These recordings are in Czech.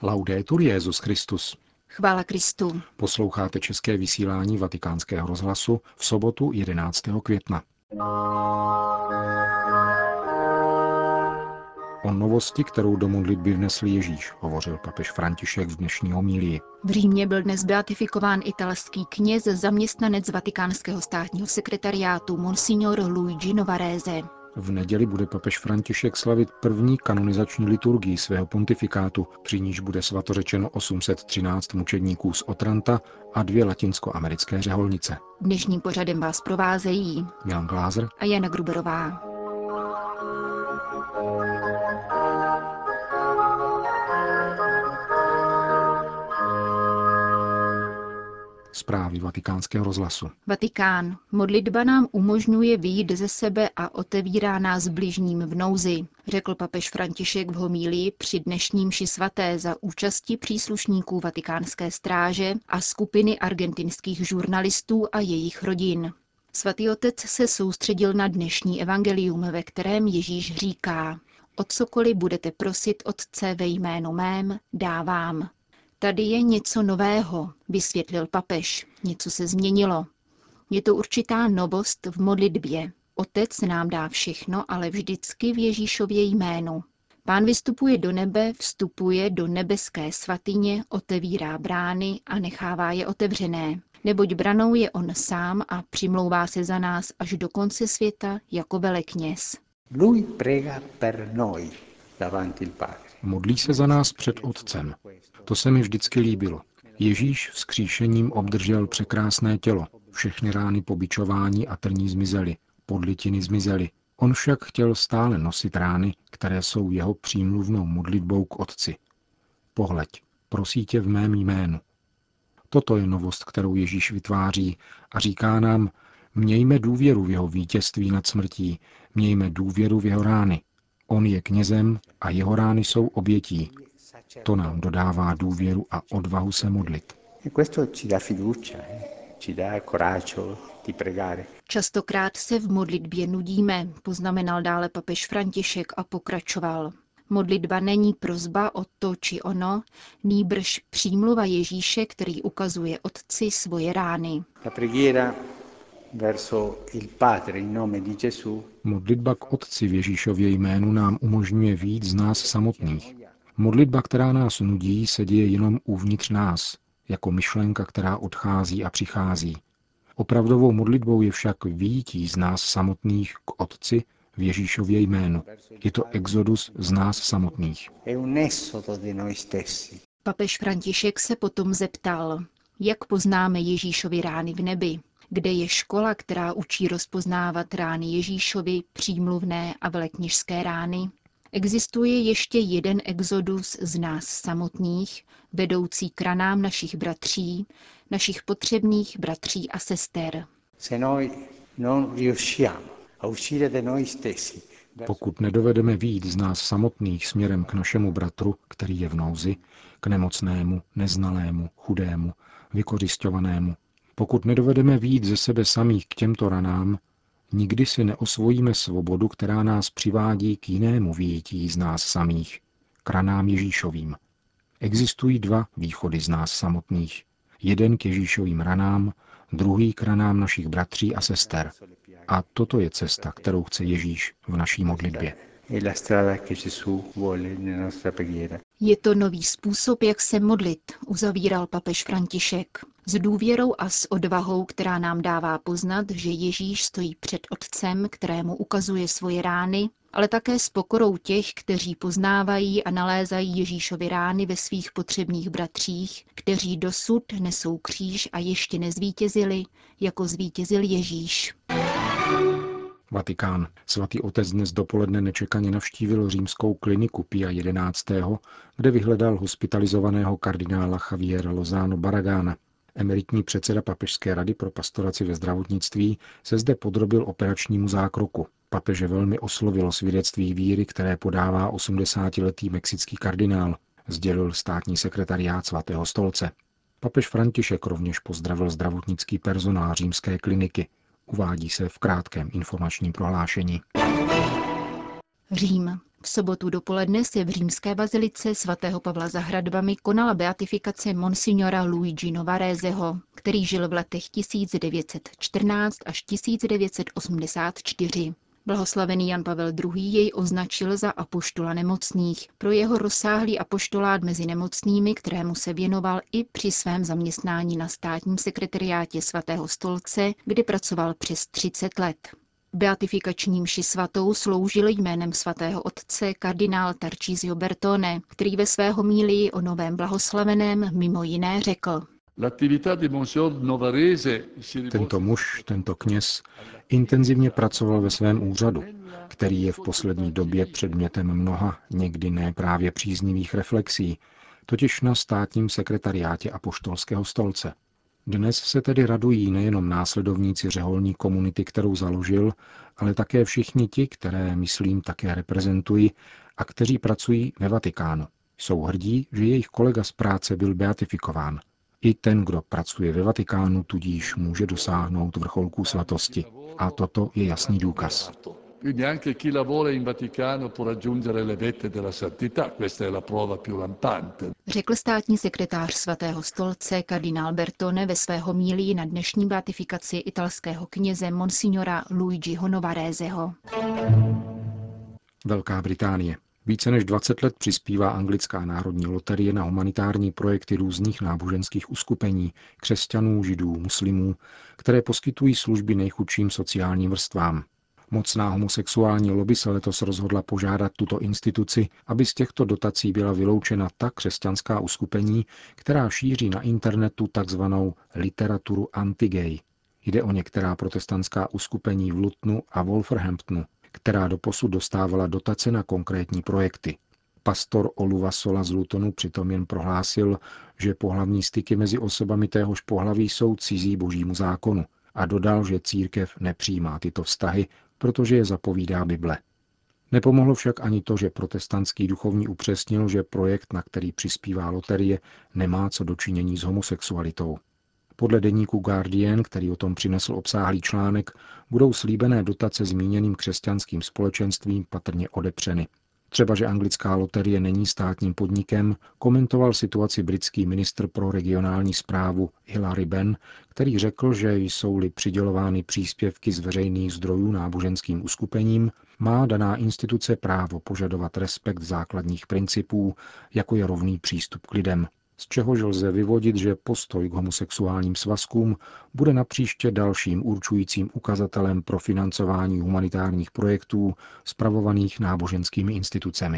Laudetur Jesus Christus. Chvála Kristu. Posloucháte české vysílání Vatikánského rozhlasu v sobotu 11. května. O novosti, kterou do modlitby vnesl Ježíš, hovořil papež František v dnešní homílii. V Římě byl dnes beatifikován italský kněz, zaměstnanec Vatikánského státního sekretariátu Monsignor Luigi Novarese. V neděli bude papež František slavit první kanonizační liturgii svého pontifikátu, při níž bude svatořečeno 813 mučedníků z Otranta a 2 latinskoamerické řeholnice. Dnešním pořadem vás provázejí Milan Glázer a Jana Gruberová. Zprávy Vatikánského rozhlasu. Vatikán. Modlitba nám umožňuje vyjít ze sebe a otevírá nás bližním v nouzi, řekl papež František v homílii při dnešní mši svaté za účasti příslušníků Vatikánské stráže a skupiny argentinských žurnalistů a jejich rodin. Svatý otec se soustředil na dnešní evangelium, ve kterém Ježíš říká: O cokoliv budete prosit Otce ve jménu mém, dávám. Tady je něco nového, vysvětlil papež. Něco se změnilo. Je to určitá novost v modlitbě. Otec nám dá všechno, ale vždycky v Ježíšově jménu. Pán vystupuje do nebe, vstupuje do nebeské svatyně, otevírá brány a nechává je otevřené. Neboť branou je on sám a přimlouvá se za nás až do konce světa jako velekněz. Lui prega per noi davanti il Padre. Modlí se za nás před Otcem. To se mi vždycky líbilo. Ježíš vzkříšením obdržel překrásné tělo. Všechny rány po bičování a trní zmizely, podlitiny zmizely. On však chtěl stále nosit rány, které jsou jeho přímluvnou modlitbou k Otci. Pohleď, prosí tě v mém jménu. Toto je novost, kterou Ježíš vytváří a říká nám: mějme důvěru v jeho vítězství nad smrtí, mějme důvěru v jeho rány. On je knězem a jeho rány jsou obětí. To nám dodává důvěru a odvahu se modlit. Častokrát se v modlitbě nudíme, poznamenal dále papež František a pokračoval. Modlitba není prosba o to či ono, nýbrž přímluva Ježíše, který ukazuje Otci svoje rány. Modlitba k Otci v Ježíšově jménu nám umožňuje vyjít z nás samotných. Modlitba, která nás nudí, se děje jenom uvnitř nás, jako myšlenka, která odchází a přichází. Opravdovou modlitbou je však vyjítí z nás samotných k Otci v Ježíšově jménu. Je to exodus z nás samotných. Papež František se potom zeptal, jak poznáme Ježíšovy rány v nebi, kde je škola, která učí rozpoznávat rány Ježíšovy, přímluvné a velekněžské rány. Existuje ještě jeden exodus z nás samotných, vedoucí k ranám našich bratří, našich potřebných bratří a sester. Pokud nedovedeme vyjít z nás samotných směrem k našemu bratru, který je v nouzi, k nemocnému, neznalému, chudému, vykořisťovanému, pokud nedovedeme vyjít ze sebe samých k těmto ranám, nikdy si neosvojíme svobodu, která nás přivádí k jinému vyjití z nás samých, k ranám Ježíšovým. Existují 2 východy z nás samotných. Jeden k Ježíšovým ranám, druhý k ranám našich bratří a sester. A toto je cesta, kterou chce Ježíš v naší modlitbě. Je to nový způsob, jak se modlit, uzavíral papež František. S důvěrou a s odvahou, která nám dává poznat, že Ježíš stojí před Otcem, kterému ukazuje svoje rány, ale také s pokorou těch, kteří poznávají a nalézají Ježíšovy rány ve svých potřebných bratřích, kteří dosud nesou kříž a ještě nezvítězili, jako zvítězil Ježíš. Vatikán. Svatý otec dnes dopoledne nečekaně navštívil římskou kliniku Pia XI., kde vyhledal hospitalizovaného kardinála Javiera Lozano Barragana. Emeritní předseda Papežské rady pro pastoraci ve zdravotnictví se zde podrobil operačnímu zákroku. Papeže velmi oslovilo svědectví víry, které podává 80-letý mexický kardinál, sdělil státní sekretariát Svatého stolce. Papež František rovněž pozdravil zdravotnický personál římské kliniky. Uvádí se v krátkém informačním prohlášení. Řím. V sobotu dopoledne se v římské bazilice svatého Pavla za hradbami konala beatifikace monsignora Luigi Novareseho, který žil v letech 1914 až 1984. Blahoslavený Jan Pavel II. Jej označil za apoštola nemocných pro jeho rozsáhlý apoštolát mezi nemocnými, kterému se věnoval i při svém zaměstnání na státním sekretariátě Svatého stolce, kde pracoval přes 30 let. Beatifikační mši svatou sloužil jménem svatého otce kardinál Tarcisio Bertone, který ve své homílii o novém blahoslaveném mimo jiné řekl: Tento muž, tento kněz, intenzivně pracoval ve svém úřadu, který je v poslední době předmětem mnoha, někdy ne právě příznivých reflexí, totiž na státním sekretariátě apoštolského stolce. Dnes se tedy radují nejenom následovníci řeholní komunity, kterou založil, ale také všichni ti, které, myslím, také reprezentují a kteří pracují ve Vatikánu. Jsou hrdí, že jejich kolega z práce byl beatifikován. I ten, kdo pracuje ve Vatikánu, tudíž může dosáhnout vrcholků svatosti. A toto je jasný důkaz. Quindi anche chi lavora in Vaticano può raggiungere le vette della santità, questa è la prova più lampante. Řekl státní sekretář Svatého stolce kardinál Bertone ve své homílii na dnešní beatifikaci italského kněze monsignora Luigiho Novareseho. Velká Británie. Více než 20 let přispívá anglická národní loterie na humanitární projekty různých náboženských uskupení, křesťanů, židů, muslimů, které poskytují služby nejchudším sociálním vrstvám. Mocná homosexuální lobby se letos rozhodla požádat tuto instituci, aby z těchto dotací byla vyloučena ta křesťanská uskupení, která šíří na internetu takzvanou literaturu anti-gay. Jde o některá protestantská uskupení v Lutonu a Wolverhamptonu, která doposud dostávala dotace na konkrétní projekty. Pastor Oluwasola z Lutonu přitom jen prohlásil, že pohlavní styky mezi osobami téhož pohlaví jsou cizí božímu zákonu a dodal, že církev nepřijímá tyto vztahy, protože je zapovídá Bible. Nepomohlo však ani to, že protestantský duchovní upřesnil, že projekt, na který přispívá loterie, nemá co dočinění s homosexualitou. Podle deníku Guardian, který o tom přinesl obsáhlý článek, budou slíbené dotace zmíněným křesťanským společenstvím patrně odepřeny. Třeba, že anglická loterie není státním podnikem, komentoval situaci britský ministr pro regionální správu Hilary Benn, který řekl, že jsou-li přidělovány příspěvky z veřejných zdrojů náboženským uskupením, má daná instituce právo požadovat respekt základních principů, jako je rovný přístup k lidem, z čehož lze vyvodit, že postoj k homosexuálním svazkům bude napříště dalším určujícím ukazatelem pro financování humanitárních projektů spravovaných náboženskými institucemi.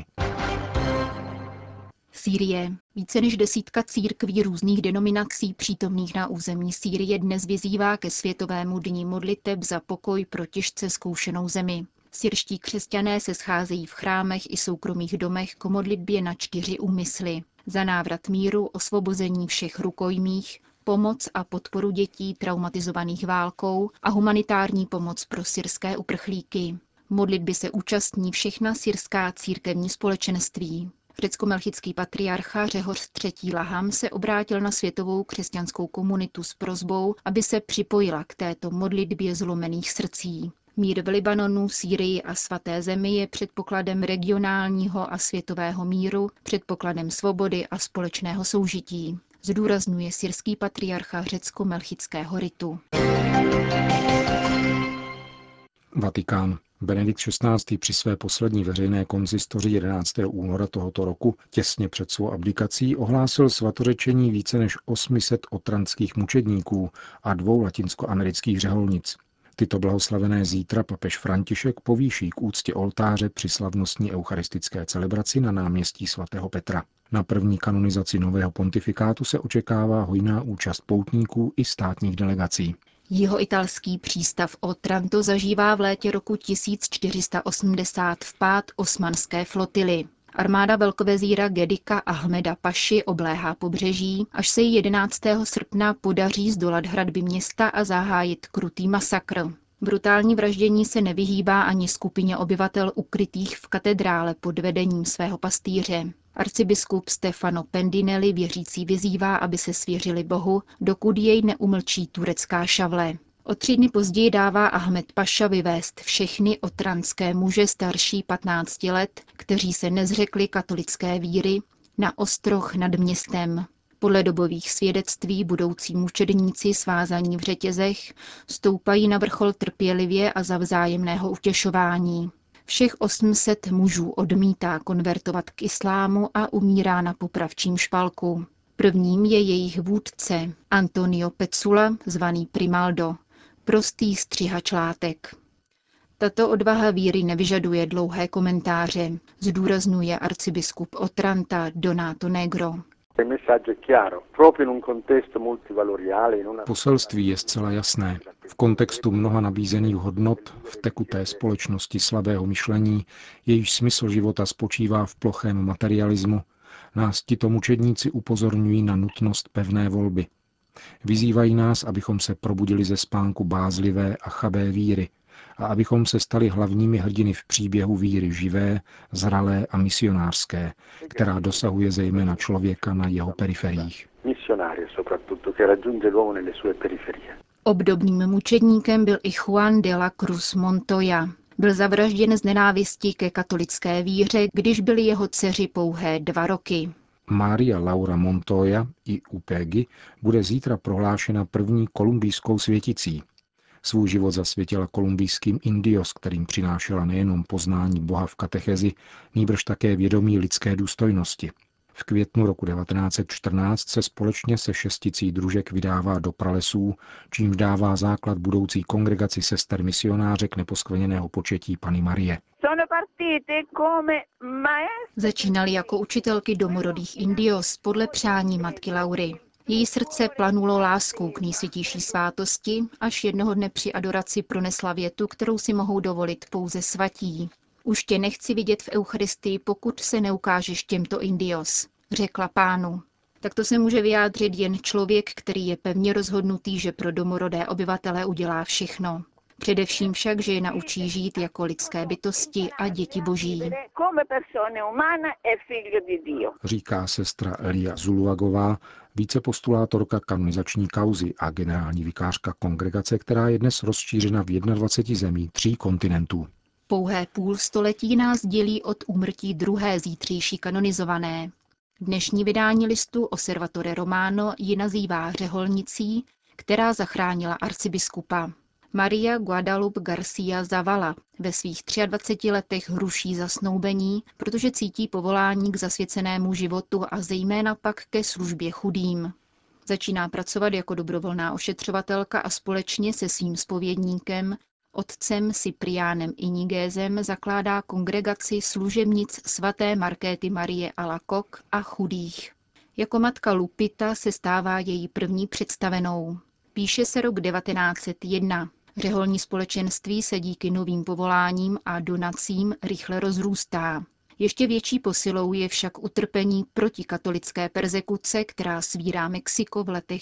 Sýrie. Více než 10 církví různých denominací přítomných na území Sýrie dnes vyzývá ke Světovému dni modliteb za pokoj pro těžce zkoušenou zemi. Syrští křesťané se scházejí v chrámech i soukromých domech k modlitbě na 4 úmysly. Za návrat míru, osvobození všech rukojmích, pomoc a podporu dětí traumatizovaných válkou a humanitární pomoc pro syrské uprchlíky. Modlitby se účastní všechna syrská církevní společenství. Řecko-melchický patriarcha Řehoř III. Laham se obrátil na světovou křesťanskou komunitu s prosbou, aby se připojila k této modlitbě zlomených srdcí. Mír v Libanonu, Sýrii a Svaté zemi je předpokladem regionálního a světového míru, předpokladem svobody a společného soužití, zdůrazňuje syrský patriarcha řecko-melchického ritu. Vatikán. Benedikt XVI. Při své poslední veřejné konzistoři 11. února tohoto roku, těsně před svou abdikací, ohlásil svatořečení více než 800 otrantských mučedníků a 2 latinskoamerických řeholnic. Tyto blahoslavené zítra papež František povýší k úctě oltáře při slavnostní eucharistické celebraci na náměstí svatého Petra. Na první kanonizaci nového pontifikátu se očekává hojná účast poutníků i státních delegací. Jihoitalský přístav Otranto zažívá v létě roku 1480 vpád osmanské flotily. Armáda velkovezíra Gedika Ahmeda Paši obléhá pobřeží, až se jí 11. srpna podaří zdolat hradby města a zahájit krutý masakr. Brutální vraždění se nevyhýbá ani skupině obyvatel ukrytých v katedrále pod vedením svého pastýře. Arcibiskup Stefano Pendinelli věřící vyzývá, aby se svěřili Bohu, dokud jej neumlčí turecká šavle. O 3 dny později dává Ahmed Paša vyvést všechny otranské muže starší 15 let, kteří se nezřekli katolické víry, na ostroh nad městem. Podle dobových svědectví budoucí mučedníci svázaní v řetězech stoupají na vrchol trpělivě a za vzájemného utěšování. Všech 800 mužů odmítá konvertovat k islámu a umírá na popravčím špalku. Prvním je jejich vůdce Antonio Pecula, zvaný Primaldo, prostý střihač látek. Tato odvaha víry nevyžaduje dlouhé komentáře, zdůrazňuje arcibiskup Otranta Donato Negro. Poselství je zcela jasné. V kontextu mnoha nabízených hodnot, v tekuté společnosti slabého myšlení, jejíž smysl života spočívá v plochém materialismu, nás tito mučedníci upozorňují na nutnost pevné volby. Vyzývají nás, abychom se probudili ze spánku bázlivé a chabé víry a abychom se stali hlavními hrdiny v příběhu víry živé, zralé a misionářské, která dosahuje zejména člověka na jeho periferiích. Obdobným mučedníkem byl i Juan de la Cruz Montoya. Byl zavražděn z nenávisti ke katolické víře, když byly jeho dceři pouhé 2 roky. Maria Laura Montoya i Upegi bude zítra prohlášena první kolumbijskou světicí. Svůj život zasvětila kolumbijským indios, kterým přinášela nejenom poznání Boha v katechezi, nýbrž také vědomí lidské důstojnosti. V květnu roku 1914 se společně se 6 družek vydává do pralesů, čímž dává základ budoucí kongregaci sester misionářek neposkvrněného početí Panny Marie. Začínali jako učitelky domorodých indios podle přání matky Laury. Její srdce planulo láskou k nejsvětější svátosti, až jednoho dne při adoraci pronesla větu, kterou si mohou dovolit pouze svatí. Už tě nechci vidět v Eucharistii, pokud se neukážeš těmto indios, řekla Pánu. Takto se může vyjádřit jen člověk, který je pevně rozhodnutý, že pro domorodé obyvatele udělá všechno. Především však, že je naučí žít jako lidské bytosti a děti boží. Říká sestra Elia Zuluagová, vícepostulátorka kanonizační kauzy a generální vikářka kongregace, která je dnes rozšířena v 21 zemí 3 kontinentů. Pouhé půl století nás dělí od úmrtí druhé zítřejší kanonizované. Dnešní vydání listu Osservatore Romano ji nazývá řeholnicí, která zachránila arcibiskupa. Maria Guadalupe García Zavala ve svých 23 letech hruší zasnoubení, protože cítí povolání k zasvěcenému životu a zejména pak ke službě chudým. Začíná pracovat jako dobrovolná ošetřovatelka a společně se svým zpovědníkem, otcem Cypriánem Inigézem, zakládá kongregaci služebnic svaté Markéty Marie Alacoque a chudých. Jako matka Lupita se stává její první představenou. Píše se rok 1901. Řeholní společenství se díky novým povoláním a donacím rychle rozrůstá. Ještě větší posilou je však utrpení protikatolické perzekuce, která svírá Mexiko v letech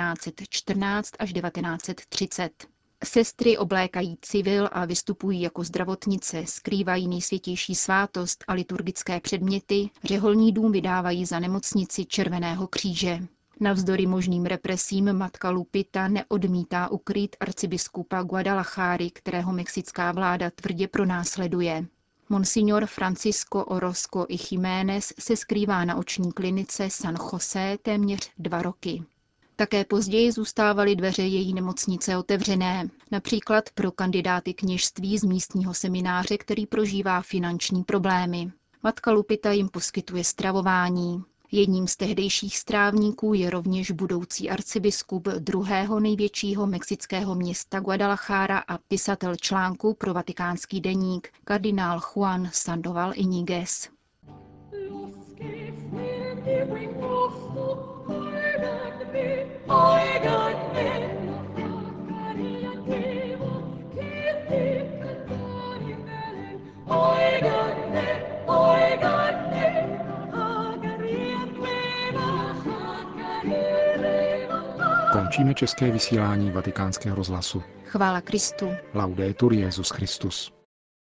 1914 až 1930. Sestry oblékají civil a vystupují jako zdravotnice, skrývají nejsvětější svátost a liturgické předměty, řeholní dům vydávají za nemocnici Červeného kříže. Navzdory možným represím matka Lupita neodmítá ukrýt arcibiskupa Guadalajary, kterého mexická vláda tvrdě pronásleduje. Monsignor Francisco Orozco y Jiménez se skrývá na oční klinice San José téměř 2 roky. Také později zůstávaly dveře její nemocnice otevřené, například pro kandidáty kněžství z místního semináře, který prožívá finanční problémy. Matka Lupita jim poskytuje stravování. Jedním z tehdejších strávníků je rovněž budoucí arcibiskup druhého největšího mexického města Guadalajara a pisatel článku pro vatikánský deník kardinál Juan Sandoval Iñiguez. Končíme české vysílání Vatikánského rozhlasu. Chvála Kristu. Laudetur Jesus Christus.